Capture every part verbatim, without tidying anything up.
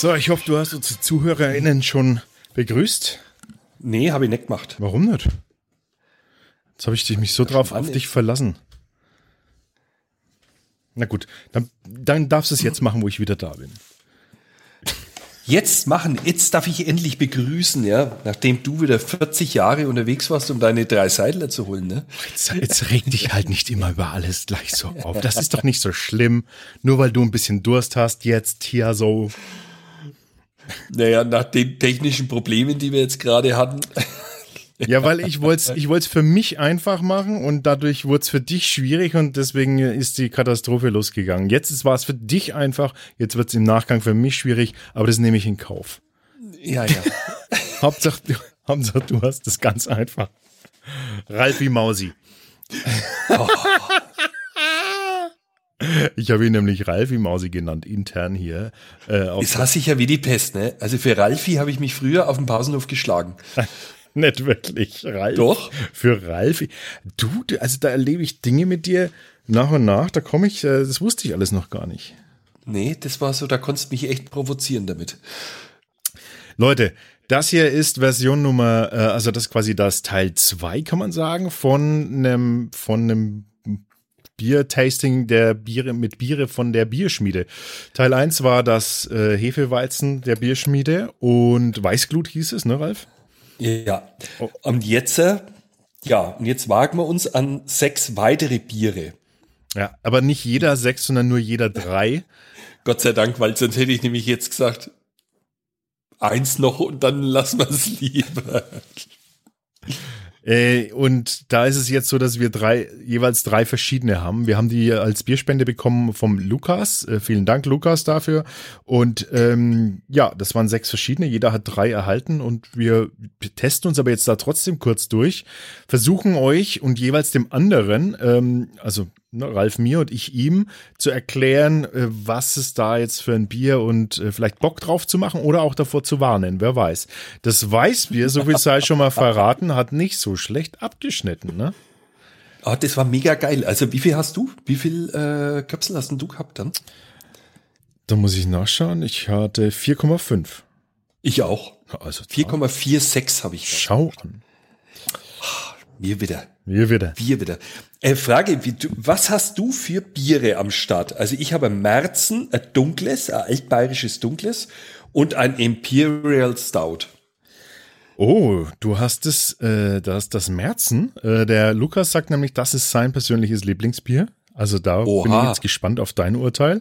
So, ich hoffe, du hast unsere ZuhörerInnen schon begrüßt. Nee, habe ich nicht gemacht. Warum nicht? Jetzt habe ich mich so drauf auf dich verlassen. Na gut, dann, dann darfst du es jetzt machen, wo ich wieder da bin. Jetzt machen, jetzt darf ich endlich begrüßen, ja, nachdem du wieder vierzig Jahre unterwegs warst, um deine drei Seidler zu holen, ne? Jetzt, jetzt reg dich halt nicht immer über alles gleich so auf. Das ist doch nicht so schlimm. Nur weil du ein bisschen Durst hast, jetzt hier so. Naja, nach den technischen Problemen, die wir jetzt gerade hatten. Ja, weil ich wollte es ich wollt's für mich einfach machen und dadurch wurde es für dich schwierig und deswegen ist die Katastrophe losgegangen. Jetzt war es für dich einfach, jetzt wird es im Nachgang für mich schwierig, aber das nehme ich in Kauf. Ja, ja. Hauptsache, Hauptsache, du hast es ganz einfach. Ralfi Mausi. Oh. Ich habe ihn nämlich Ralfi Mausi genannt, intern hier. Äh, das hasse ich ja wie die Pest, ne? Also für Ralfi habe ich mich früher auf dem Pausenhof geschlagen. Nicht wirklich, Ralf. Doch. Für Ralfi. Du, also da erlebe ich Dinge mit dir nach und nach, da komme ich, das wusste ich alles noch gar nicht. Nee, das war so, da konntest du mich echt provozieren damit. Leute, das hier ist Version Nummer, also das ist quasi das Teil zwei, kann man sagen, von einem, von einem Bier-Tasting der Biere mit Biere von der Bierschmiede. Teil eins war das äh, Hefeweizen der Bierschmiede und Weißglut hieß es, ne, Ralf? Ja, und jetzt, ja, und jetzt wagen wir uns an sechs weitere Biere. Ja, aber nicht jeder sechs, sondern nur jeder drei. Gott sei Dank, weil sonst hätte ich nämlich jetzt gesagt, eins noch und dann lassen wir es lieber. Äh, und da ist es jetzt so, dass wir drei, jeweils drei verschiedene haben. Wir haben die als Bierspende bekommen vom Lukas. Äh, vielen Dank, Lukas, dafür. Und ähm, ja, das waren sechs verschiedene. Jeder hat drei erhalten und wir testen uns aber jetzt da trotzdem kurz durch. Versuchen euch und jeweils dem anderen, ähm, also ne, Ralf mir und ich ihm, zu erklären, äh, was es da jetzt für ein Bier und äh, vielleicht Bock drauf zu machen oder auch davor zu warnen. Wer weiß. Das Weißbier, so viel sei schon mal verraten, hat nicht so schlecht abgeschnitten, ne? Oh, das war mega geil. Also wie viel hast du? Wie viel äh, Kapsel hast denn du gehabt dann? Da muss ich nachschauen. Ich hatte vier Komma fünf. Ich auch. Also vier Komma sechsundvierzig habe ich. Schau an. Wir wieder. Wir wieder. Wir wieder. Äh, Frage, wie du, was hast du für Biere am Start? Also ich habe ein Märzen, ein dunkles, ein altbayerisches dunkles und ein Imperial Stout. Oh, du hast es, äh, das, das Märzen. Äh, der Lukas sagt nämlich, das ist sein persönliches Lieblingsbier. Also da Oha. bin ich jetzt gespannt auf dein Urteil.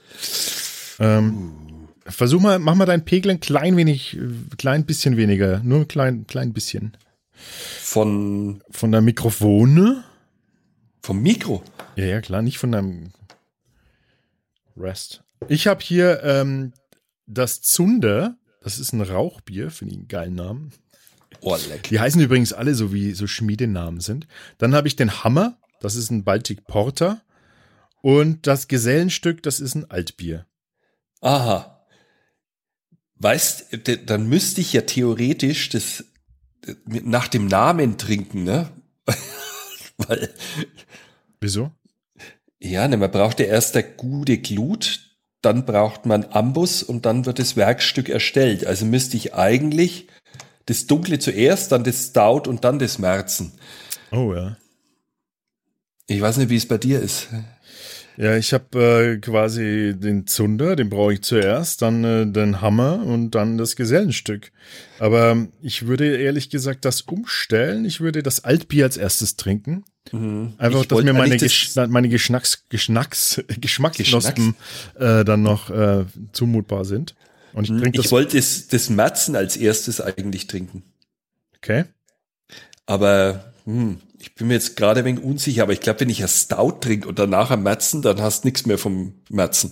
Ähm, uh. Versuch mal, mach mal dein Pegel ein klein wenig, klein bisschen weniger. Nur ein klein, klein bisschen. Von? Von der Mikrofone? Vom Mikro? Ja, ja, klar, nicht von deinem Rest. Ich habe hier ähm, das Zunder. Das ist ein Rauchbier, finde ich einen geilen Namen. Oh, leck. Die heißen übrigens alle so, wie so Schmiedenamen sind. Dann habe ich den Hammer, das ist ein Baltic Porter. Und das Gesellenstück, das ist ein Altbier. Aha. Weißt, dann müsste ich ja theoretisch das nach dem Namen trinken, ne? Weil. Wieso? Ja, ne, man braucht ja erst der gute Glut, dann braucht man Ambus und dann wird das Werkstück erstellt. Also müsste ich eigentlich das Dunkle zuerst, dann das Stout und dann das Märzen. Oh ja. Ich weiß nicht, wie es bei dir ist. Ja, ich habe äh, quasi den Zunder, den brauche ich zuerst, dann äh, den Hammer und dann das Gesellenstück. Aber ich würde ehrlich gesagt das umstellen. Ich würde das Altbier als erstes trinken. Mhm. Einfach, ich dass mir meine, Gesch meine Geschnacks Geschnacks Geschmacksknospen äh, dann noch äh, zumutbar sind. Und ich trinke ich wollte das, das Märzen als erstes eigentlich trinken. Okay. Aber hm, ich bin mir jetzt gerade ein wenig unsicher, aber ich glaube, wenn ich ein Stout trinke und danach ein Märzen, dann hast du nichts mehr vom Märzen.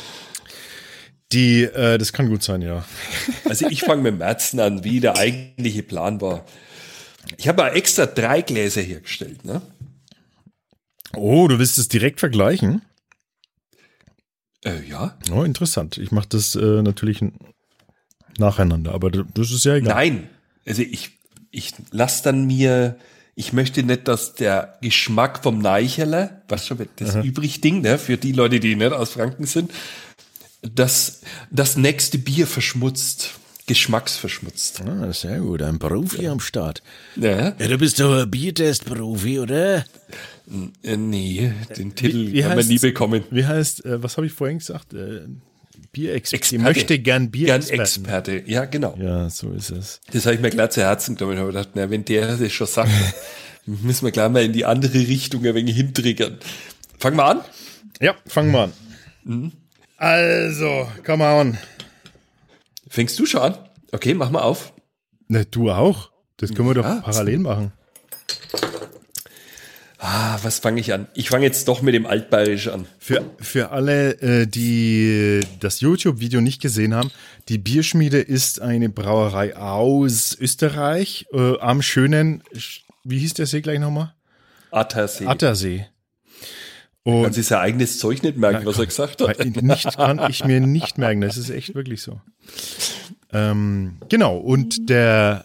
Die, äh, das kann gut sein, ja. Also ich fange mit Märzen an, wie der eigentliche Plan war. Ich habe mal extra drei Gläser hergestellt, ne? Oh, du willst es direkt vergleichen? Äh, ja. Oh, interessant. Ich mache das äh, natürlich nacheinander, aber das ist ja egal. Nein, also ich, ich lasse dann mir, ich möchte nicht, dass der Geschmack vom Neicherler, was schon das Aha. Übrigding, ne, für die Leute, die nicht aus Franken sind, das, das nächste Bier verschmutzt. Geschmacksverschmutzt. Ah, sehr gut, ein Profi am Start. Ja. Ja, du bist doch ein Biertest-Profi, oder? Äh, nee, den Titel Wie- wie haben wir heißt's? nie bekommen. Wie heißt, äh, was habe ich vorhin gesagt? Äh, Bierexperte. Ich Experte. möchte gern Gern Bierexperten. Experte. Ja, genau. Ja, so ist es. Das habe ich mir gleich zu Herzen genommen. Ich habe gedacht, na, wenn der das schon sagt, dann müssen wir gleich mal in die andere Richtung ein wenig hintriggern. Fangen wir an. Ja, fangen wir an. Mhm. Also, come on. Fängst du schon an? Okay, mach mal auf. Na, du auch. Das können wir doch Ja. parallel machen. Ah, was fange ich an? Ich fange jetzt doch mit dem Altbayerisch an. Für, für alle, äh, die das YouTube-Video nicht gesehen haben, die Bierschmiede ist eine Brauerei aus Österreich äh, am schönen, Sch- wie hieß der See gleich nochmal? Attersee. Attersee. Kann Und sich sein eigenes Zeug nicht merken, was er gesagt hat. weil nicht kann ich mir nicht merken, das ist echt wirklich so. Ähm, genau, und der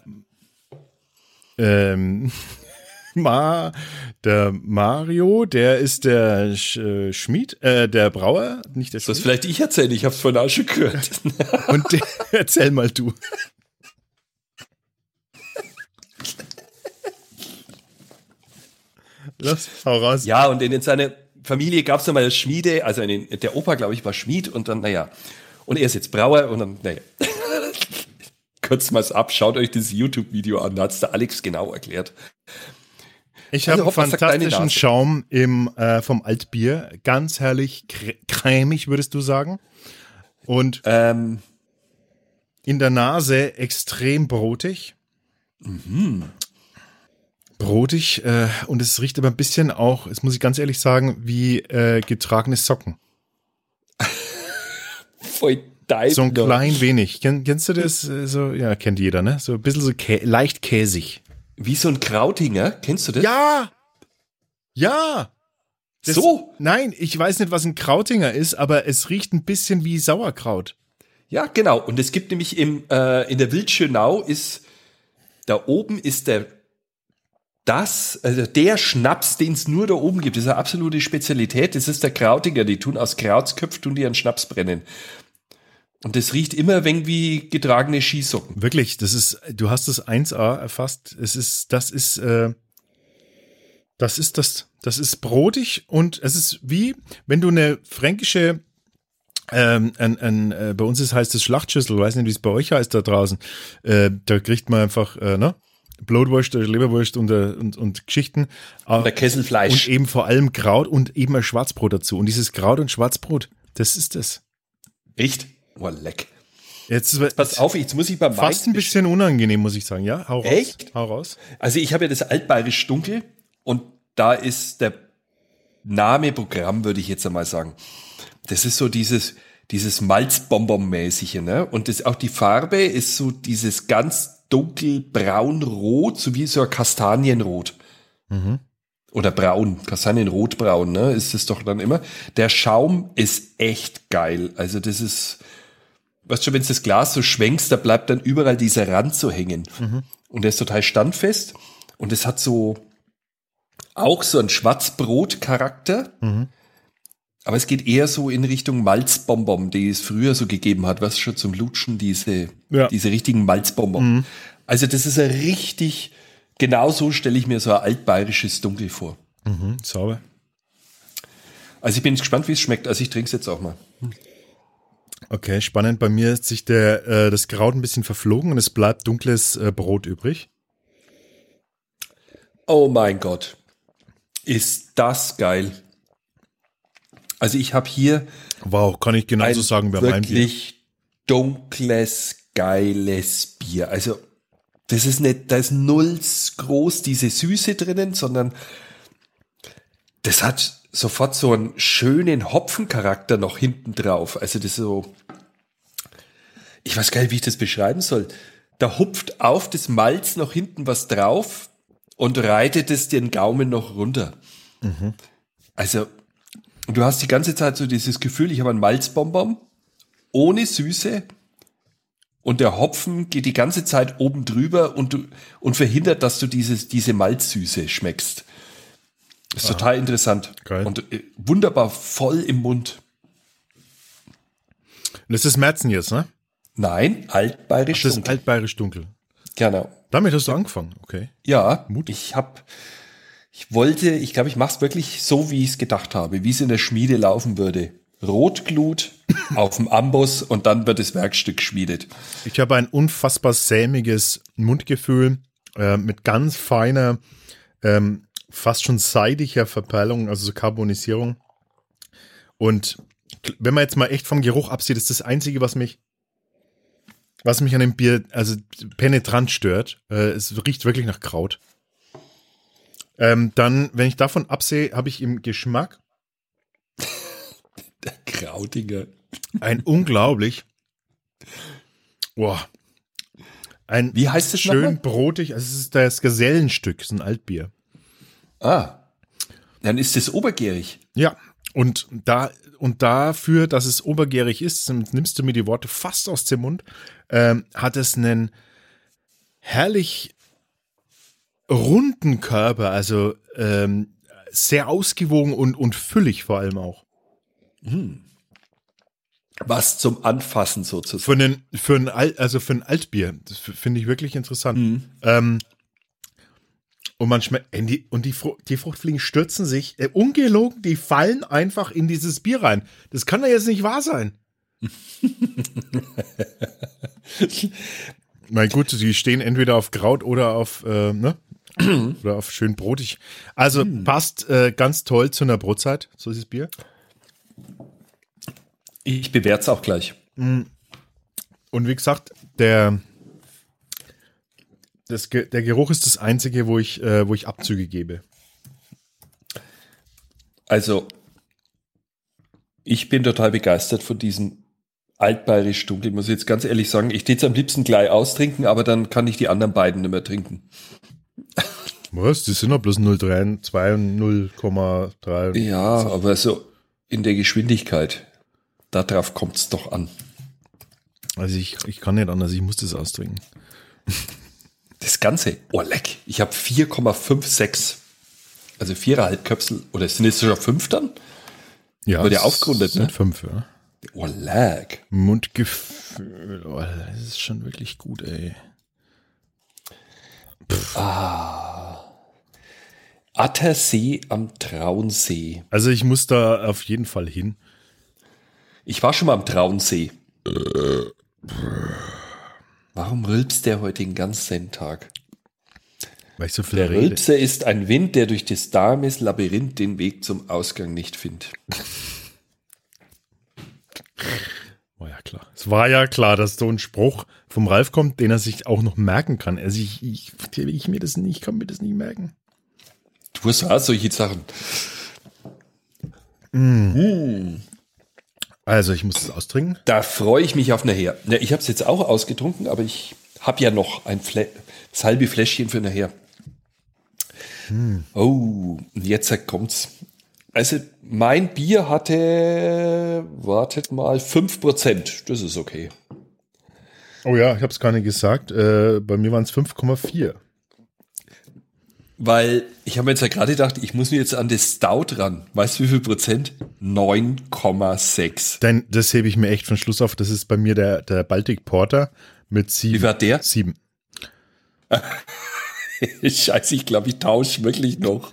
ähm, Ma, der Mario, der ist der Sch, äh, Schmied, äh, der Brauer, nicht der Das Schmied. vielleicht ich erzähle, ich habe es vorhin auch schon gehört. Und der, erzähl mal du. Los, hau raus. Ja, und in, in seiner Familie gab es einmal eine Schmiede, also eine, der Opa, glaube ich, war Schmied und dann, naja, und er ist jetzt Brauer und dann, naja. Kürzt mal ab, schaut euch das YouTube-Video an, da hat es der Alex genau erklärt. Ich Also, habe Hopp, was sagt deine fantastischen Nase? Schaum im, äh, vom Altbier. Ganz herrlich cre- cremig, würdest du sagen. Und Ähm, in der Nase extrem brotig. Mhm. Brotig. Äh, und es riecht aber ein bisschen auch, das muss ich ganz ehrlich sagen, wie äh, getragene Socken. voll deib. So ein klein wenig. Kenn, kennst du das? Äh, So, ja, kennt jeder, ne? So ein bisschen so kä leicht käsig. Wie so ein Krautinger, kennst du das? Ja! Ja! Das, So? Nein, ich weiß nicht, was ein Krautinger ist, aber es riecht ein bisschen wie Sauerkraut. Ja, genau. Und es gibt nämlich im, äh, in der Wildschönau ist, da oben ist der, das, also der Schnaps, den es nur da oben gibt, das ist eine absolute Spezialität. Das ist der Krautinger. Die tun aus Krautsköpf, tun die einen Schnaps brennen. Und das riecht immer ein wenig wie getragene Skisocken. Wirklich, das ist, du hast das eins a erfasst. Es ist, das ist, äh, das ist das, das ist brotig und es ist wie, wenn du eine fränkische, ähm, ein, ein, äh, bei uns ist, heißt es Schlachtschüssel, weiß nicht, wie es bei euch heißt da draußen. Äh, da kriegt man einfach, äh, ne? Blutwurst, oder Leberwurst und, äh, und, und Geschichten. Äh, Der Kesselfleisch. Und eben vor allem Kraut und eben ein Schwarzbrot dazu. Und dieses Kraut und Schwarzbrot, das ist das. Riecht? Oh, leck. Jetzt, Pass auf, jetzt muss ich beim fast ein Weizen- bisschen unangenehm, muss ich sagen. Ja, hau raus. Echt? Hau raus. Also ich habe ja das Altbayerisch Dunkel und da ist der Name Programm, würde ich jetzt einmal sagen. Das ist so dieses, dieses Malzbonbon-mäßige, ne? Und das, auch die Farbe ist so dieses ganz dunkel braun-rot, so wie so ein Kastanienrot. Mhm. Oder braun, Kastanienrotbraun, ne? Ist es doch dann immer. Der Schaum ist echt geil. Also das ist, weißt du, wenn du das Glas so schwenkst, da bleibt dann überall dieser Rand so hängen. Mhm. Und der ist total standfest. Und es hat so auch so einen Schwarzbrot-Charakter. Mhm. Aber es geht eher so in Richtung Malzbonbon, die es früher so gegeben hat, was schon zum Lutschen, diese, Ja. diese richtigen Malzbonbon. Mhm. Also das ist ein richtig, genau so stelle ich mir so ein altbayerisches Dunkel vor. Mhm. Sauber. Also ich bin gespannt, wie es schmeckt. Also ich trinke es jetzt auch mal. Okay, spannend. Bei mir ist sich der, äh, das Kraut ein bisschen verflogen und es bleibt dunkles äh, Brot übrig. Oh mein Gott. Ist das geil. Also ich habe hier Wow, kann ich genauso ein sagen bei meinem Bier. wirklich dunkles, geiles Bier. Also das ist nicht, da ist null groß diese Süße drinnen, sondern das hat sofort so einen schönen Hopfencharakter noch hinten drauf. Also das ist so, ich weiß gar nicht, wie ich das beschreiben soll. Da hupft auf das Malz noch hinten was drauf und reitet es den Gaumen noch runter. Mhm. Also du hast die ganze Zeit so dieses Gefühl, ich habe einen Malzbonbon ohne Süße und der Hopfen geht die ganze Zeit oben drüber und, du, und verhindert, dass du dieses, diese Malzsüße schmeckst. Das ist total interessant. Geil. Und äh, wunderbar voll im Mund. Und das ist Märzen jetzt, ne? Nein, altbayerisch Das ist dunkel. altbayerisch dunkel. Genau. Damit hast du angefangen, okay. Ja, Mutig. ich habe, ich wollte, ich glaube, ich mache es wirklich so, wie ich es gedacht habe, wie es in der Schmiede laufen würde. Rotglut auf dem Amboss und dann wird das Werkstück geschmiedet. Ich habe ein unfassbar sämiges Mundgefühl äh, mit ganz feiner, ähm, fast schon seidiger Verperlung, also so Karbonisierung. Und wenn man jetzt mal echt vom Geruch absieht, ist das Einzige, was mich was mich an dem Bier also penetrant stört. Äh, es riecht wirklich nach Kraut. Ähm, dann, wenn ich davon absehe, habe ich im Geschmack Der Krautige. ein unglaublich, boah, ein Wie heißt es schön nochmal? brotig, also es ist das Gesellenstück, es ist ein Altbier. Ah, dann ist es obergärig. Ja, und da und dafür, dass es obergärig ist, nimmst du mir die Worte fast aus dem Mund, ähm, hat es einen herrlich runden Körper, also ähm, sehr ausgewogen und, und füllig vor allem auch. Was zum Anfassen sozusagen. Für einen, für ein Alt, also für ein Altbier, das f- finde ich wirklich interessant. Mhm. Ähm, und man schmeckt, äh, die, und die, Fru die Fruchtfliegen stürzen sich, äh, ungelogen, die fallen einfach in dieses Bier rein. Das kann doch jetzt nicht wahr sein. Mein gut, die stehen entweder auf Kraut oder auf, äh, ne? Oder auf schön brotig. Also passt äh, ganz toll zu einer Brotzeit, so dieses Bier. Ich bewerte es auch gleich. Und wie gesagt, der, das, Ge- der Geruch ist das Einzige, wo ich, äh, wo ich Abzüge gebe. Also, ich bin total begeistert von diesem altbayerisch dunkel. Ich muss jetzt ganz ehrlich sagen, ich würde es am liebsten gleich austrinken, aber dann kann ich die anderen beiden nicht mehr trinken. Was? Die sind doch bloß null Komma drei, zwei und null Komma drei. Ja, aber so in der Geschwindigkeit, darauf kommt es doch an. Also ich, ich kann nicht anders, ich muss das austrinken. Das Ganze, oh leck, ich habe vier Komma fünfundfünfzig. Also viereinhalb Köpsel, oder sind es sogar fünf dann? Ja, Wird ja es aufgerundet, sind ne? fünf, ja. Oh leck. Mundgefühl, oh, das ist schon wirklich gut, ey. Attersee am Traunsee. Also ich muss da auf jeden Fall hin. Ich war schon mal am Traunsee. Warum rülpst der heute den ganzen Tag? Weil ich so viel Der rede. Rülpser ist ein Wind, der durch das Dames-Labyrinth den Weg zum Ausgang nicht findet. War ja klar. Es war ja klar, dass so ein Spruch vom Ralf kommt, den er sich auch noch merken kann. Also ich, ich, ich mir das nicht, ich kann mir das nicht merken. Du hast auch solche Sachen. Also ich muss das austrinken. Da freue ich mich auf nachher. Ja, ich habe es jetzt auch ausgetrunken, aber ich habe ja noch ein Fle das halbe Fläschchen für nachher. Oh, und jetzt kommt's. Also mein Bier hatte, wartet mal, fünf Prozent. Das ist okay. Oh ja, ich habe es gar nicht gesagt. Äh, bei mir waren es fünf Komma vier. Weil ich habe mir jetzt ja gerade gedacht, ich muss mir jetzt an das Stout ran. Weißt du, wie viel Prozent? neun Komma sechs. Denn das hebe ich mir echt von Schluss auf. Das ist bei mir der, der Baltic Porter mit sieben. Wie war der? Sieben. Scheiße, ich glaube, ich tausche wirklich noch.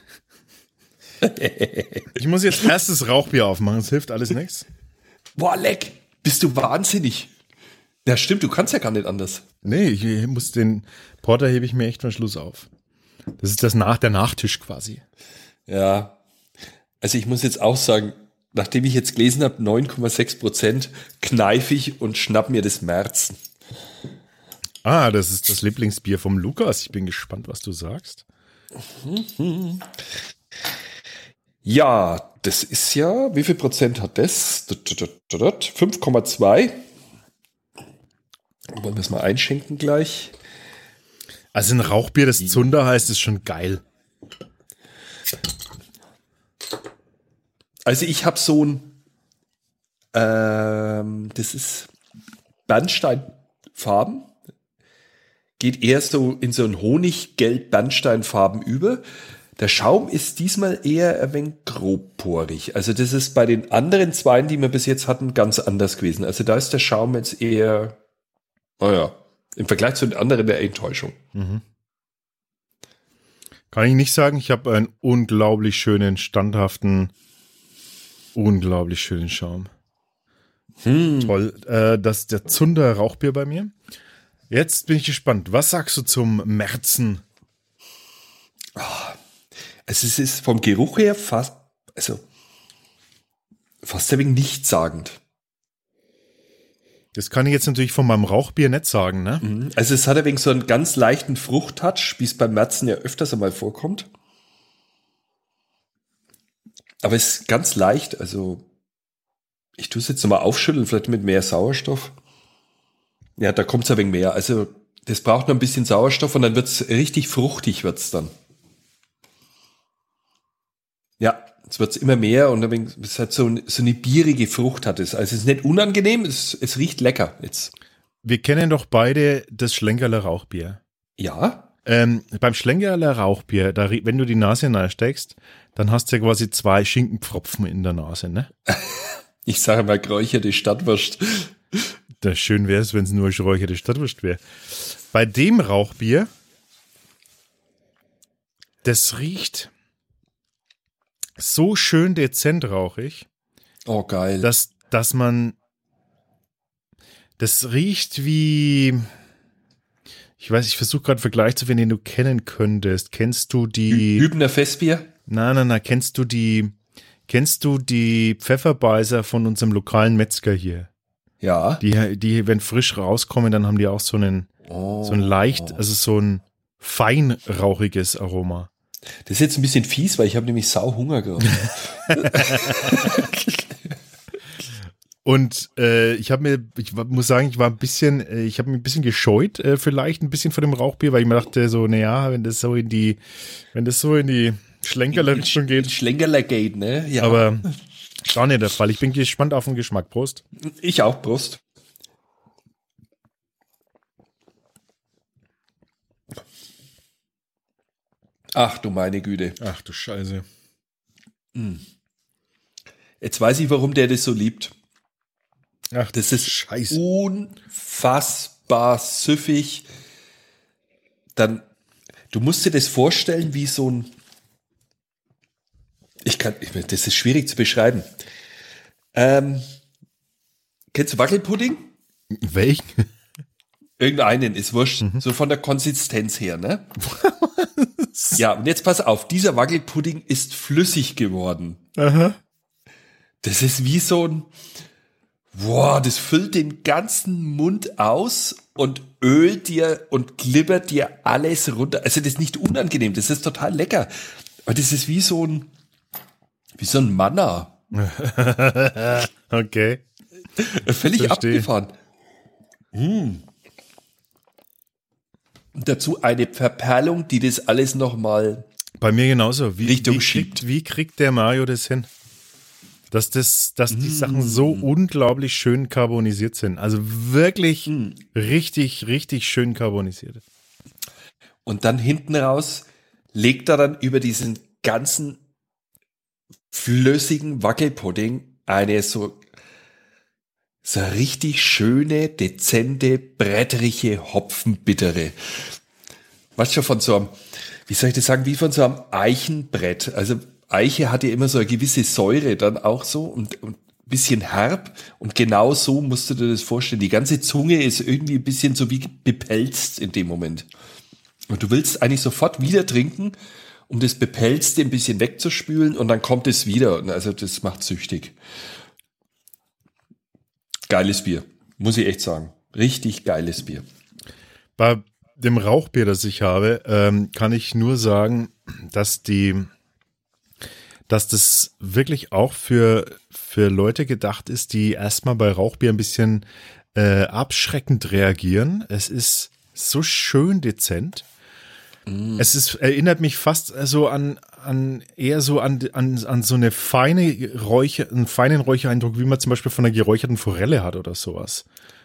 Ich muss jetzt erstes Rauchbier aufmachen. Es hilft alles nichts. Boah, leck, bist du wahnsinnig. Ja, stimmt, du kannst ja gar nicht anders. Nee, ich muss den Porter hebe ich mir echt von Schluss auf. Das ist das nach der Nachtisch quasi. Ja, also ich muss jetzt auch sagen, nachdem ich jetzt gelesen habe, neun Komma sechs Prozent, kneife ich und schnapp mir das Märzen. Ah, das ist das Lieblingsbier vom Lukas. Ich bin gespannt, was du sagst. Ja, das ist ja, wie viel Prozent hat das? fünf Komma zwei. Wollen wir es mal einschenken gleich? Also ein Rauchbier, das Zunder heißt, ist schon geil. Also ich habe so ein, ähm, das ist Bernsteinfarben, geht eher so in so ein Honiggelb-Bernsteinfarben über. Der Schaum ist diesmal eher ein wenig grobporig. Also das ist bei den anderen Zweien, die wir bis jetzt hatten, ganz anders gewesen. Also da ist der Schaum jetzt eher, naja, im Vergleich zu den anderen eine Enttäuschung. Mhm. Kann ich nicht sagen, ich habe einen unglaublich schönen, standhaften, unglaublich schönen Schaum. Hm. Toll. Äh, das ist der Zunder Rauchbier bei mir. Jetzt bin ich gespannt. Was sagst du zum Märzen? Oh, also es ist vom Geruch her fast, also fast ein wenig nichtssagend. Das kann ich jetzt natürlich von meinem Rauchbier nicht sagen, ne? Also es hat ein wenig so einen ganz leichten Fruchttouch, wie es beim Märzen ja öfters einmal vorkommt. Aber es ist ganz leicht, also ich tue es jetzt nochmal aufschütteln, vielleicht mit mehr Sauerstoff. Ja, da kommt es ein wenig mehr. Also das braucht noch ein bisschen Sauerstoff und dann wird es richtig fruchtig, wird es dann. Ja, es wird immer mehr und ein wenig, es hat so, so eine bierige Frucht hat es. Also es ist nicht unangenehm, es, es riecht lecker jetzt. Wir kennen doch beide das Schlenkerler Rauchbier. Ja. Ähm, beim Schlenkerler Rauchbier, da, wenn du die Nase reinsteckst, dann hast du ja quasi zwei Schinkenpfropfen in der Nase, ne? Ich sage mal geräucherte Stadtwurst. Das schön wäre es, wenn es nur geräucherte Stadtwurst wäre. Bei dem Rauchbier, das riecht so schön dezent rauchig. Oh, geil. Dass, dass man, das riecht wie, ich weiß, ich versuche gerade einen Vergleich zu finden, den du kennen könntest. Kennst du die... Hübner Festbier? Nein, nein, nein, kennst du die... Kennst du die Pfefferbeißer von unserem lokalen Metzger hier? Ja. Die, die, wenn frisch rauskommen, dann haben die auch so einen, oh. so ein leicht, also so ein feinrauchiges Aroma. Das ist jetzt ein bisschen fies, weil ich habe nämlich sau Hunger gerade. Und äh, ich habe mir, ich muss sagen, ich war ein bisschen, äh, ich habe mich ein bisschen gescheut, äh, vielleicht ein bisschen von dem Rauchbier, weil ich mir dachte so, naja, wenn das so in die, wenn das so in die Schlenkerler-Richtung geht. Schlenkerler geht, ne? Ja. Aber gar nicht der Fall. Ich bin gespannt auf den Geschmack. Prost. Ich auch, Prost. Ach du meine Güte. Ach du Scheiße. Jetzt weiß ich, warum der das so liebt. Ach, das ist Scheiße. Unfassbar süffig. Dann, du musst dir das vorstellen, wie so ein, ich kann, ich, das ist schwierig zu beschreiben. Ähm, kennst du Wackelpudding? Welchen? Irgendeinen, ist wurscht. Mhm. So von der Konsistenz her, ne? Ja, und jetzt pass auf, dieser Wackelpudding ist flüssig geworden. Aha. Das ist wie so ein, boah, das füllt den ganzen Mund aus und ölt dir und glibbert dir alles runter. Also das ist nicht unangenehm, das ist total lecker. Aber das ist wie so ein, wie so ein Manna. Okay. Völlig Verstehe. abgefahren. Hm. Und dazu eine Verperlung, die das alles nochmal bei mir genauso. Wie, Richtung wie schiebt. Kriegt, wie kriegt der Mario das hin? Dass, das, dass die mm. Sachen so unglaublich schön carbonisiert sind. Also wirklich mm. richtig, richtig schön carbonisiert. Und dann hinten raus legt er dann über diesen ganzen flüssigen Wackelpudding eine so, so eine richtig schöne, dezente, brettrige Hopfenbittere. Was schon von so einem, wie soll ich das sagen, wie von so einem Eichenbrett. Also Eiche hat ja immer so eine gewisse Säure dann auch so und, und ein bisschen herb. Und genau so musst du dir das vorstellen. Die ganze Zunge ist irgendwie ein bisschen so wie bepelzt in dem Moment. Und du willst eigentlich sofort wieder trinken, um das Bepelzte ein bisschen wegzuspülen und dann kommt es wieder. Also das macht süchtig. Geiles Bier, muss ich echt sagen. Richtig geiles Bier. Bei dem Rauchbier, das ich habe, ähm, kann ich nur sagen, dass die, dass das wirklich auch für, für Leute gedacht ist, die erstmal bei Rauchbier ein bisschen äh, abschreckend reagieren. Es ist so schön dezent. Mm. Es ist, erinnert mich fast so an, an eher so an, an, an so eine feine Räucher, einen feinen Räuchereindruck, wie man zum Beispiel von einer geräucherten Forelle hat oder sowas.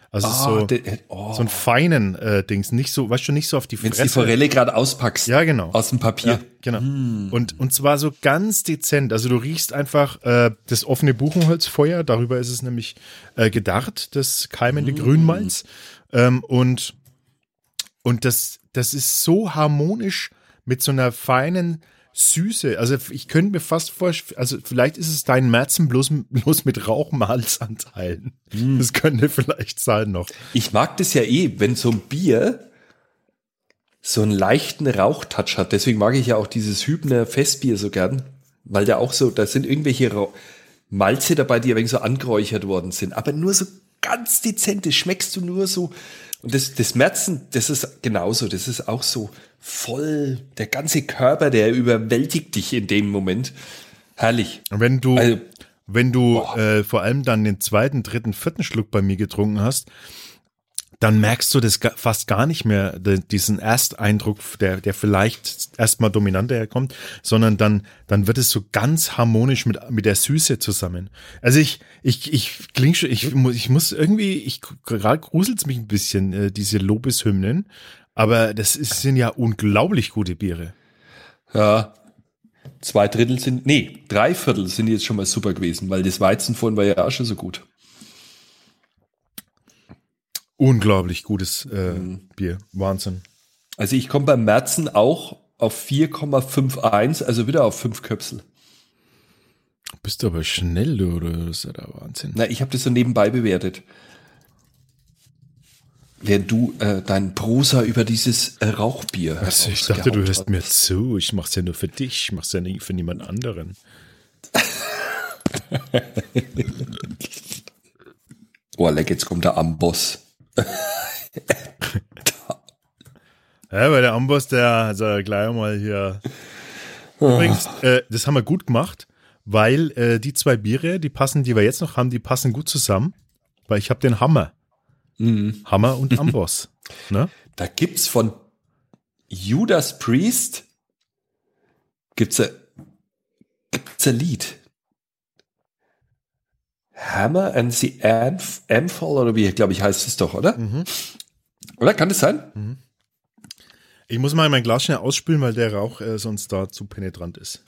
Also Ah, so, de- oh. so einen feinen äh, Dings, nicht so, weißt du, nicht so auf die Wenn Fresse. du die Forelle gerade auspackst. Ja, genau. Aus dem Papier. Ja, genau. Und, und zwar so ganz dezent. Also du riechst einfach äh, das offene Buchenholzfeuer, darüber ist es nämlich äh, gedacht, das keimende Grünmalz. Ähm, und und das, das ist so harmonisch mit so einer feinen Süße. Also ich könnte mir fast vorstellen, also vielleicht ist es dein Märzen bloß, bloß mit Rauchmalzanteilen. Das könnte vielleicht sein noch. Ich mag das ja eh, wenn so ein Bier so einen leichten Rauchtouch hat. Deswegen mag ich ja auch dieses Hübner Festbier so gern, weil da auch so, da sind irgendwelche Ra- Malze dabei, die ein wenig so angeräuchert worden sind. Aber nur so ganz dezent, das schmeckst du nur so. Und das, das Märzen, das ist genauso, das ist auch so voll, der ganze Körper, der überwältigt dich in dem Moment. Herrlich. Und wenn du, Also, wenn du äh, vor allem dann den zweiten, dritten, vierten Schluck bei mir getrunken hast, dann merkst du das ga- fast gar nicht mehr, de, diesen Ersteindruck, der, der vielleicht erstmal dominanter herkommt, sondern dann, dann wird es so ganz harmonisch mit, mit der Süße zusammen. Also ich, ich, ich kling schon, ich, mu- ich muss irgendwie, ich gerade gruselt's mich ein bisschen, äh, diese Lobeshymnen, aber das ist, sind ja unglaublich gute Biere. ja, zwei Drittel sind, nee, drei Viertel sind jetzt schon mal super gewesen, weil das Weizen vorhin war ja auch schon so gut. Unglaublich gutes äh, Bier. Wahnsinn. Also ich komme beim Märzen auch auf vier Komma einundfünfzig, also wieder auf fünf Köpsel. Bist du aber schnell, du, oder? Das ist ja der Wahnsinn. Na, ich habe das so nebenbei bewertet. Während du äh, deinen Prosa über dieses äh, Rauchbier Also ich dachte, du herausgehauen hörst mir hast. zu. Ich mach's ja nur für dich. Ich mach's ja nicht für niemand anderen. Oh, leck, jetzt kommt der Amboss. Ja, weil der Amboss, der also gleich mal hier. Übrigens, äh, das haben wir gut gemacht, weil äh, die zwei Biere, die passen, die wir jetzt noch haben, die passen gut zusammen. Weil ich habe den Hammer. Hammer und Amboss. Ne? Da gibt's von Judas Priest gibt's ein, gibt's ein Lied. Hammer and the Amph- Amphal, oder wie, glaube ich, heißt es doch, oder? Oder kann das sein? Ich muss mal mein Glas schnell ausspülen, weil der Rauch äh, sonst da zu penetrant ist.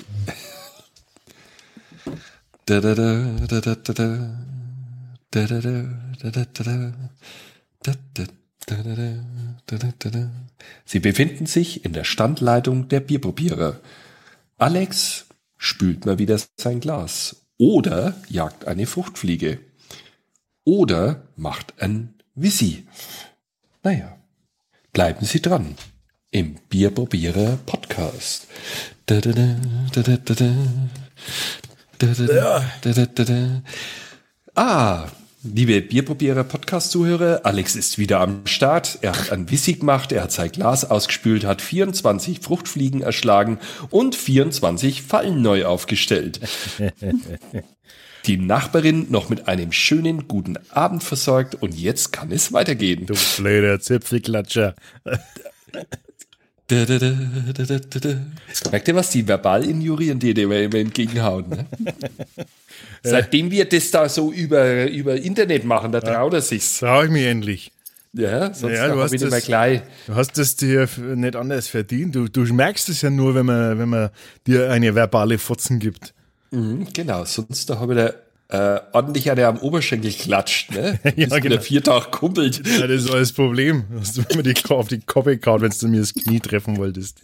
Da, da, da, da, da, da, da. Da, da, da, da, da, da, da, da, da, da, da, da, da, da. Sie befinden sich in der Standleitung der Bierprobierer. Alex spült mal wieder sein Glas. Oder jagt eine Fruchtfliege. Oder macht ein Wissi. Naja, bleiben Sie dran. Im Bierprobierer Podcast. Da, da, da, da, da, da, da. Da, da, da, da, da, da, da. Ah, liebe Bierprobierer-Podcast-Zuhörer, Alex ist wieder am Start. Er hat ein Wissi gemacht, er hat sein Glas ausgespült, hat vierundzwanzig Fruchtfliegen erschlagen und vierundzwanzig Fallen neu aufgestellt. Die Nachbarin noch mit einem schönen, guten Abend versorgt und jetzt kann es weitergehen. Du blöder Zipfelklatscher. Da, da, da, da, da, da, da. Merkt ihr was? Die Verbalinjurien, die dir immer entgegenhauen. Ne? Seitdem wir das da so über, über Internet machen, da traut er sich's. Trau ich mich endlich. Ja, sonst Ja, du ja, hast ich nicht mehr das- gleich. Du hast es dir f- nicht anders verdient. Du, du merkst es ja nur, wenn man, wenn man dir eine verbale Fotzen gibt. Mhm, genau, sonst da habe ich da äh, ordentlich eine am Oberschenkel klatscht, ne? Ja, Bis mir genau. der vier Tage kumpelt. Ja, das ist alles das Problem. Hast du mir die Ko- auf die Koppe gehauen, wenn du mir das Knie treffen wolltest.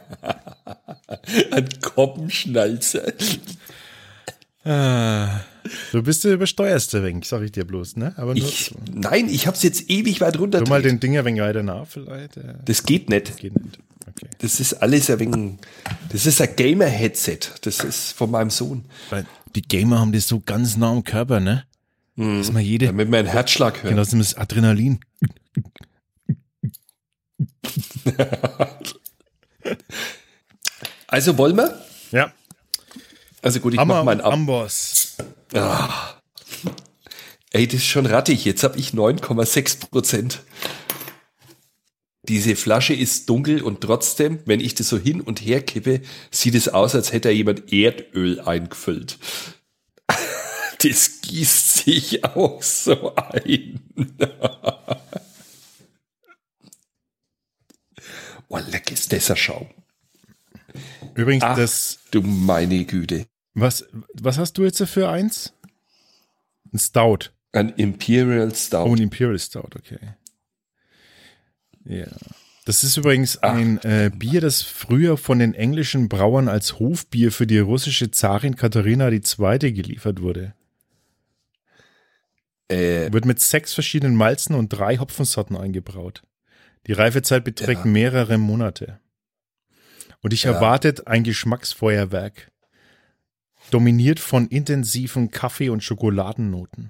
Ein Koppenschnalzer. Du bist der übersteuerste wenig, sag ich dir bloß, ne? Aber nur Ich, nein, ich hab's jetzt ewig weit runter. tu mal den Ding ein wenig weiter nach vielleicht. Ja, Das geht nicht. geht nicht. Okay. Das ist alles ein wenig, das ist ein Gamer-Headset. Das ist von meinem Sohn. Weil die Gamer haben das so ganz nah am Körper, ne? Dass man jede, Damit man einen Herzschlag hört. Genau, das ist das Adrenalin. Also wollen wir? Ja. Also gut, ich Hammer mach und meinen ab. Amboss. Ey, das ist schon rattig. Jetzt habe ich neun Komma sechs Prozent. Diese Flasche ist dunkel und trotzdem, wenn ich das so hin und her kippe, sieht es aus, als hätte da jemand Erdöl eingefüllt. Das gießt sich auch so ein. Oh, leck ist das ein Schaum. Übrigens, Ach, das. du meine Güte. Was, was hast du jetzt für eins? Ein Stout. Ein Imperial Stout. Oh, ein Imperial Stout, okay. Ja. Das ist übrigens Ach, ein äh, Bier, das früher von den englischen Brauern als Hofbier für die russische Zarin Katharina die Zweite geliefert wurde. Äh, Wird mit sechs verschiedenen Malzen und drei Hopfensorten eingebraut. Die Reifezeit beträgt Ja. mehrere Monate. Und ich Ja. erwartet ein Geschmacksfeuerwerk, dominiert von intensiven Kaffee- und Schokoladennoten.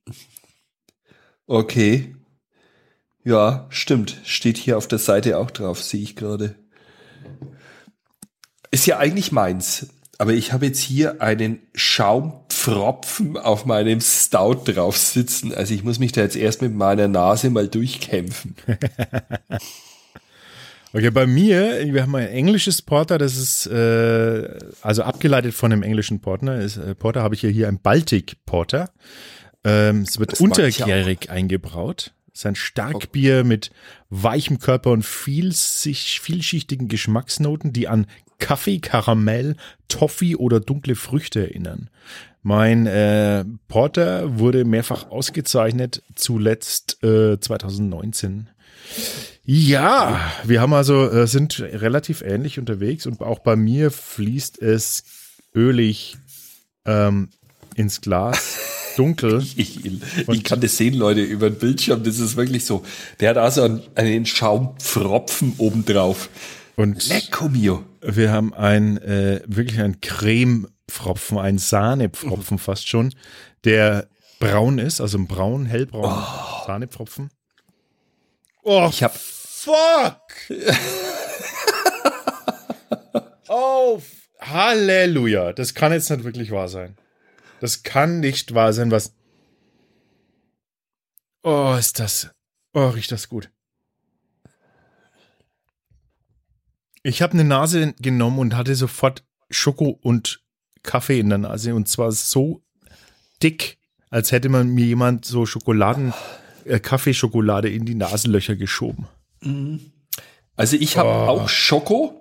okay. Ja, stimmt. Steht hier auf der Seite auch drauf, sehe ich gerade. Ist ja eigentlich meins. Aber ich habe jetzt hier einen Schaumpfropfen auf meinem Stout drauf sitzen. Also ich muss mich da jetzt erst mit meiner Nase mal durchkämpfen. Okay, bei mir, wir haben ein englisches Porter, das ist äh, also abgeleitet von einem englischen Porter. Ist, äh, Porter habe ich ja hier ein Baltic Porter. Ähm, es wird Das mag ich untergärig eingebraut. Es ist ein Starkbier mit weichem Körper und vielsich, vielschichtigen Geschmacksnoten, die an Kaffee, Karamell, Toffee oder dunkle Früchte erinnern. Mein äh, Porter wurde mehrfach ausgezeichnet, zuletzt äh, zwanzig neunzehn. Ja, wir haben also äh, sind relativ ähnlich unterwegs und auch bei mir fließt es ölig ähm, ins Glas, dunkel. Ich, ich kann das sehen, Leute, über den Bildschirm. Das ist wirklich so. Der hat also einen, einen Schaumpfropfen obendrauf. Und Lecco mio. wir haben ein äh, wirklich ein Cremepfropfen, ein Sahnepfropfen fast schon, der braun ist, also ein braun, hellbraun Oh. Sahnepfropfen. Oh, Ich hab, fuck! Oh, Halleluja. Das kann jetzt nicht wirklich wahr sein. Das kann nicht wahr sein, was. Oh, ist das. Oh, riecht das gut. Ich habe eine Nase genommen und hatte sofort Schoko und Kaffee in der Nase. Und zwar so dick, als hätte man mir jemand so Schokoladen, äh, Kaffeeschokolade in die Nasenlöcher geschoben. also ich habe Oh. auch Schoko.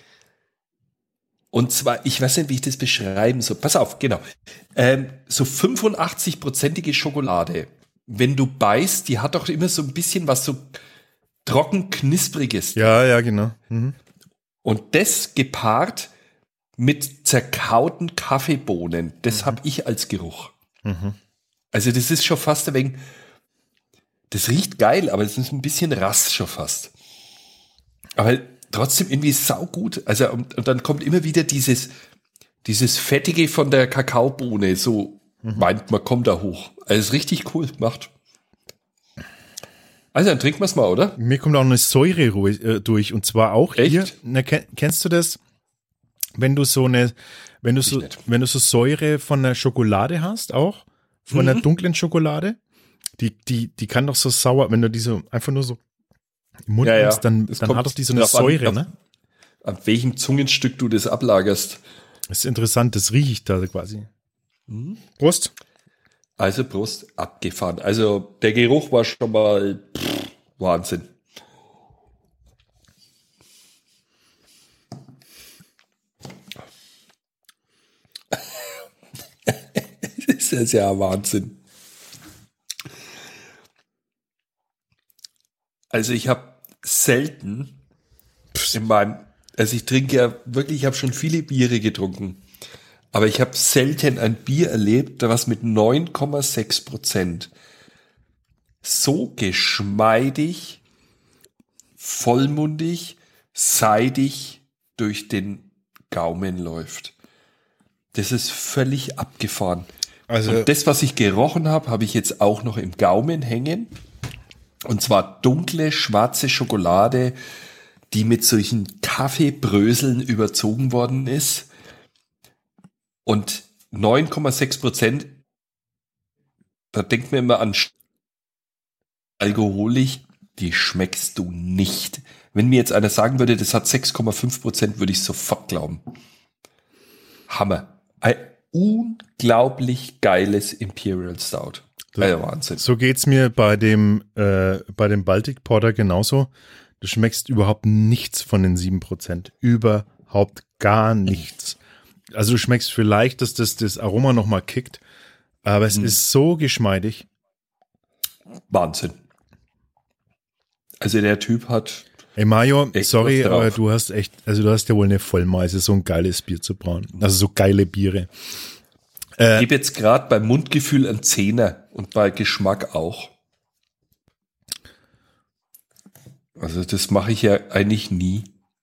Und zwar, ich weiß nicht, wie ich das beschreiben soll. Pass auf, genau. Ähm, so fünfundachtzig-prozentige Schokolade. Wenn du beißt, die hat doch immer so ein bisschen was so trocken Knuspriges. Ja, ja, genau. Mhm. Und das gepaart mit zerkauten Kaffeebohnen, das Mhm. habe ich als Geruch. Mhm. Also das ist schon fast ein wenig, das riecht geil, aber es ist ein bisschen rass schon fast. Aber trotzdem irgendwie saugut. Also und, und dann kommt immer wieder dieses, dieses Fettige von der Kakaobohne, so Mhm. meint man, kommt da hoch. Also ist richtig cool gemacht. Also dann trinken wir es mal, oder? Mir kommt auch eine Säure ruhig, äh, durch und zwar auch Echt? hier. Na, ken- kennst du das? Wenn du so eine, wenn du so, nicht. wenn du so Säure von der Schokolade hast, auch von Mhm. der dunklen Schokolade, die, die, die kann doch so sauer, wenn du die so einfach nur so im Mund Ja, ja. nimmst, dann, Das dann kommt hat doch die so eine drauf an, Säure, auf- ne? An welchem Zungenstück du das ablagerst. Das ist interessant, das rieche ich da quasi. Prost. Also Prost, abgefahren. Also der Geruch war schon mal pff, Wahnsinn. Das ist ja Wahnsinn. Also ich habe selten in meinem, also ich trinke ja wirklich, ich habe schon viele Biere getrunken, aber ich habe selten ein Bier erlebt, was mit neun Komma sechs Prozent so geschmeidig, vollmundig, seidig durch den Gaumen läuft. Das ist völlig abgefahren. Also, Und das, was ich gerochen habe, habe ich jetzt auch noch im Gaumen hängen. Und zwar dunkle, schwarze Schokolade, die mit solchen Kaffeebröseln überzogen worden ist. Und neun Komma sechs Prozent, da denkt man immer an alkoholisch, die schmeckst du nicht. Wenn mir jetzt einer sagen würde, das hat sechs Komma fünf Prozent, würde ich sofort glauben. Hammer. Ein unglaublich geiles Imperial Stout. Ja, Wahnsinn. So geht's mir bei dem, äh, bei dem Baltic Porter genauso. Du schmeckst überhaupt nichts von den sieben Prozent. Überhaupt gar nichts. Also du schmeckst vielleicht, dass das, das Aroma nochmal kickt, aber es hm. ist so geschmeidig. Wahnsinn. Also der Typ hat. Ey Mario, sorry, aber du hast echt, also du hast ja wohl eine Vollmeise, so ein geiles Bier zu brauen. Also so geile Biere. Äh, ich gebe jetzt gerade beim Mundgefühl einen Zehner und bei Geschmack auch. Also das mache ich ja eigentlich nie.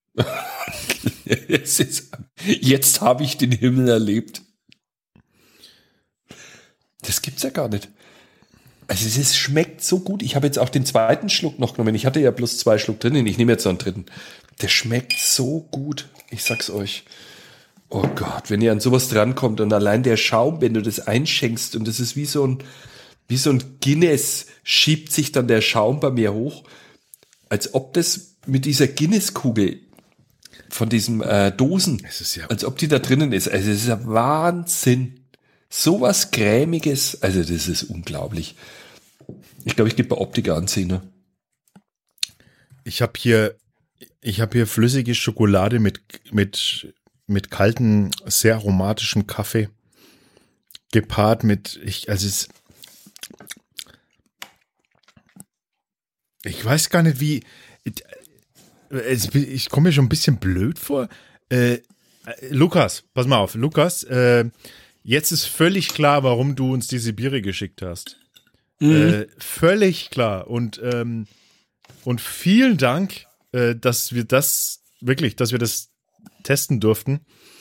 Es ist, jetzt habe ich den Himmel erlebt. Das gibt's ja gar nicht. Also es ist, schmeckt so gut. Ich habe jetzt auch den zweiten Schluck noch genommen. Ich hatte ja bloß zwei Schluck drinnen. Ich nehme jetzt noch einen dritten. Der schmeckt so gut. Ich sag's euch. Oh Gott, wenn ihr an sowas drankommt und allein der Schaum, wenn du das einschenkst und das ist wie so ein, wie so ein Guinness, schiebt sich dann der Schaum bei mir hoch, als ob das mit dieser Guinness-Kugel von diesem äh, Dosen, es ist ja als ob die da drinnen ist. Also es ist ja Wahnsinn. Sowas Cremiges, also das ist unglaublich. Ich glaube, ich gebe bei Optiker anziehen. Ne? Ich habe hier, ich habe hier flüssige Schokolade mit, mit, mit kalten, sehr aromatischen Kaffee gepaart mit, ich, also es, ich weiß gar nicht wie, ich komme mir schon ein bisschen blöd vor. Äh, Lukas, pass mal auf, Lukas, äh, jetzt ist völlig klar, warum du uns diese Biere geschickt hast. Mhm. Äh, völlig klar. Und, ähm, und vielen Dank, äh, dass wir das, wirklich, dass wir das testen durften.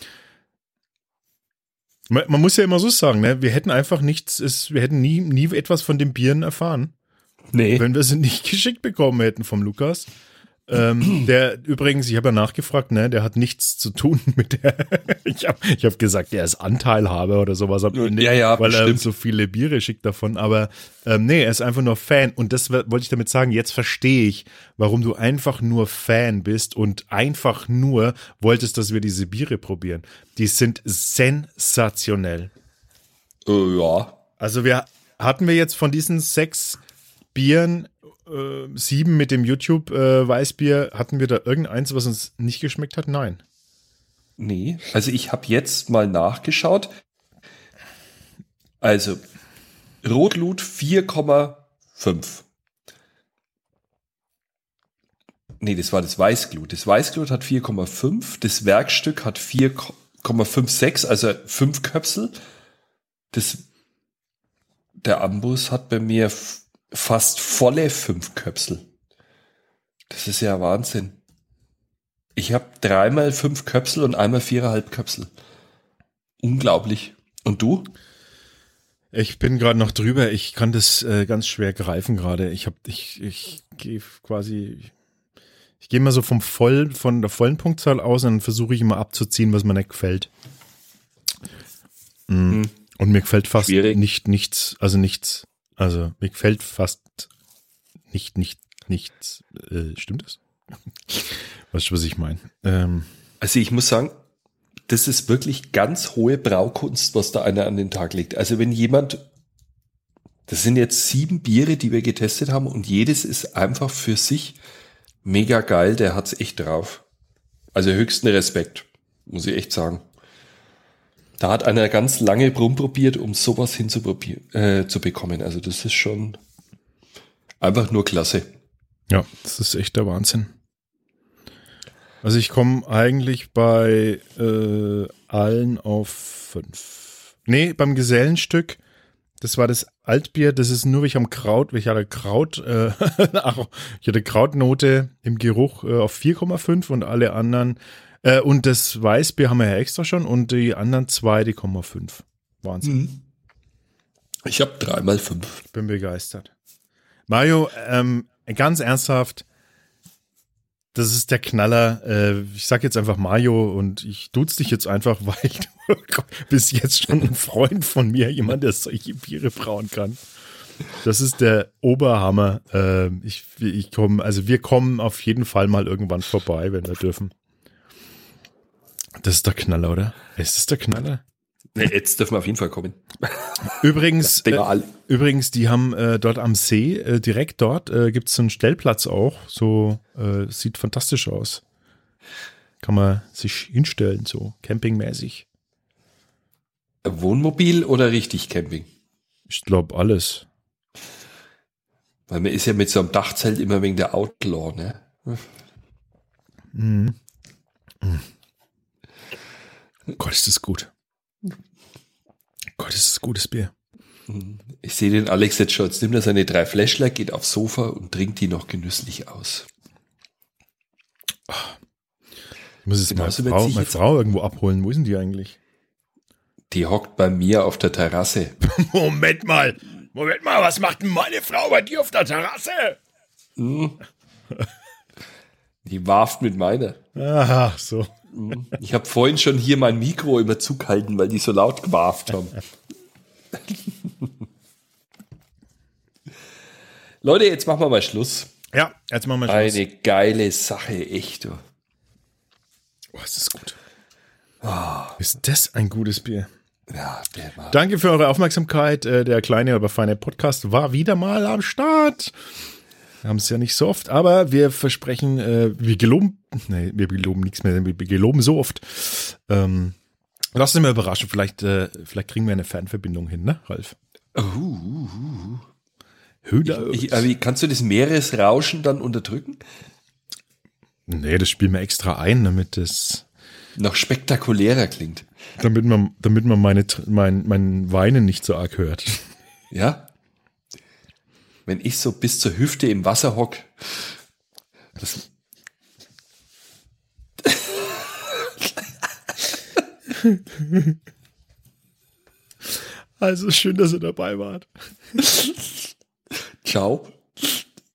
Man, man muss ja immer so sagen, ne? Wir hätten einfach nichts, es, wir hätten nie, nie etwas von den Bieren erfahren. Nee. Wenn wir sie nicht geschickt bekommen hätten vom Lukas. Ähm, der übrigens, ich habe ja nachgefragt, ne, der hat nichts zu tun mit der, ich habe ich hab gesagt, er ist Anteilhaber oder sowas am Ende, ja, ja, weil bestimmt. er so viele Biere schickt davon, aber ähm, nee, er ist einfach nur Fan und das wollte ich damit sagen, jetzt verstehe ich, warum du einfach nur Fan bist und einfach nur wolltest, dass wir diese Biere probieren. Die sind sensationell. Äh, ja. Also wir hatten wir jetzt von diesen sechs Bieren Äh, sieben mit dem YouTube-Weißbier, äh, hatten wir da irgendeins, was uns nicht geschmeckt hat? Nein. Nee, also ich habe jetzt mal nachgeschaut. Also, Rotlut vier Komma fünf. Nee, das war das Weißglut. Das Weißglut hat vier Komma fünf, das Werkstück hat vier Komma sechsundfünfzig, also fünf Köpsel. Das, der Ambus hat bei mir f- fast volle fünf Köpsel. Das ist ja Wahnsinn. Ich habe dreimal fünf Köpsel und einmal viereinhalb Köpsel. Unglaublich. Und du? Ich bin gerade noch drüber. Ich kann das äh, ganz schwer greifen gerade. Ich habe, ich, ich gehe quasi, ich, ich gehe mal so vom voll, von der vollen Punktzahl aus und dann versuche ich immer abzuziehen, was mir nicht gefällt. Mhm. Hm. Und mir gefällt fast Schwierig. nicht nichts, also nichts. Also mir gefällt fast nicht, nicht, nichts. Äh, stimmt das? Weißt du, was ich meine? Ähm, also ich muss sagen, das ist wirklich ganz hohe Braukunst, was da einer an den Tag legt. Also wenn jemand, das sind jetzt sieben Biere, die wir getestet haben und jedes ist einfach für sich mega geil, der hat's echt drauf. Also höchsten Respekt, muss ich echt sagen. Da hat einer ganz lange rumprobiert, um sowas hinzuprobieren, äh, zu bekommen. Also das ist schon einfach nur klasse. Ja, das ist echt der Wahnsinn. Also ich komme eigentlich bei äh, allen auf fünf. Nee, beim Gesellenstück, das war das Altbier, das ist nur, ich am Kraut, ich hatte Kraut, äh, ich hatte Krautnote im Geruch äh, auf vier Komma fünf und alle anderen, äh, und das Weißbier haben wir ja extra schon und die anderen zwei, die kommen auf fünf. Wahnsinn. Mhm. Ich habe dreimal fünf. Bin begeistert. Mario, ähm, ganz ernsthaft, das ist der Knaller. Äh, ich sag jetzt einfach Mario und ich duze dich jetzt einfach, weil du bist jetzt schon ein Freund von mir, jemand, der solche Biere brauen kann. Das ist der Oberhammer. Äh, ich, ich komme, also wir kommen auf jeden Fall mal irgendwann vorbei, wenn wir dürfen. Das ist der Knaller, oder? Ist das der Knaller? Nee, jetzt dürfen wir auf jeden Fall kommen. Übrigens, Denken wir äh, alle. übrigens, die haben äh, dort am See, äh, direkt dort, äh, gibt es so einen Stellplatz auch. So, äh, sieht fantastisch aus. Kann man sich hinstellen, so campingmäßig. Wohnmobil oder richtig Camping? Ich glaube alles. Weil man ist ja mit so einem Dachzelt immer wegen der Outlaw, ne? Mhm. Mhm. Gott, ist das gut. Gott, ist das gutes Bier. Ich sehe den Alex jetzt schon. Jetzt nimmt er seine drei Fläschler, geht aufs Sofa und trinkt die noch genüsslich aus. Ich muss jetzt Genauso meine, wird Frau, sich meine jetzt- Frau irgendwo abholen. Wo ist denn die eigentlich? Die hockt bei mir auf der Terrasse. Moment mal. Moment mal, was macht denn meine Frau bei dir auf der Terrasse? Die warft mit meiner. Aha, so. Ich habe vorhin schon hier mein Mikro immer zugehalten, weil die so laut gewarft haben. Leute, jetzt machen wir mal Schluss. Ja, jetzt machen wir Schluss. Eine geile Sache, echt. Du. Oh, ist das gut. Ist das ein gutes Bier? Ja, der war. Danke für eure Aufmerksamkeit. Äh, Der kleine, aber feine Podcast war wieder mal am Start. Wir haben es ja nicht so oft, aber wir versprechen, äh, wir geloben, nee, wir geloben nichts mehr, wir geloben so oft. Ähm, Lasst uns mal überraschen, vielleicht, äh, vielleicht kriegen wir eine Fernverbindung hin, ne, Ralf? Uh, uh, uh. Höder. Ich, aber wie, kannst du das Meeresrauschen dann unterdrücken? Nee, das spielen wir extra ein, damit das, Noch spektakulärer klingt. damit man, damit man meine, mein, mein Weinen nicht so arg hört. Ja? Wenn ich so bis zur Hüfte im Wasser hock. Das Also schön, dass ihr dabei wart. Ciao.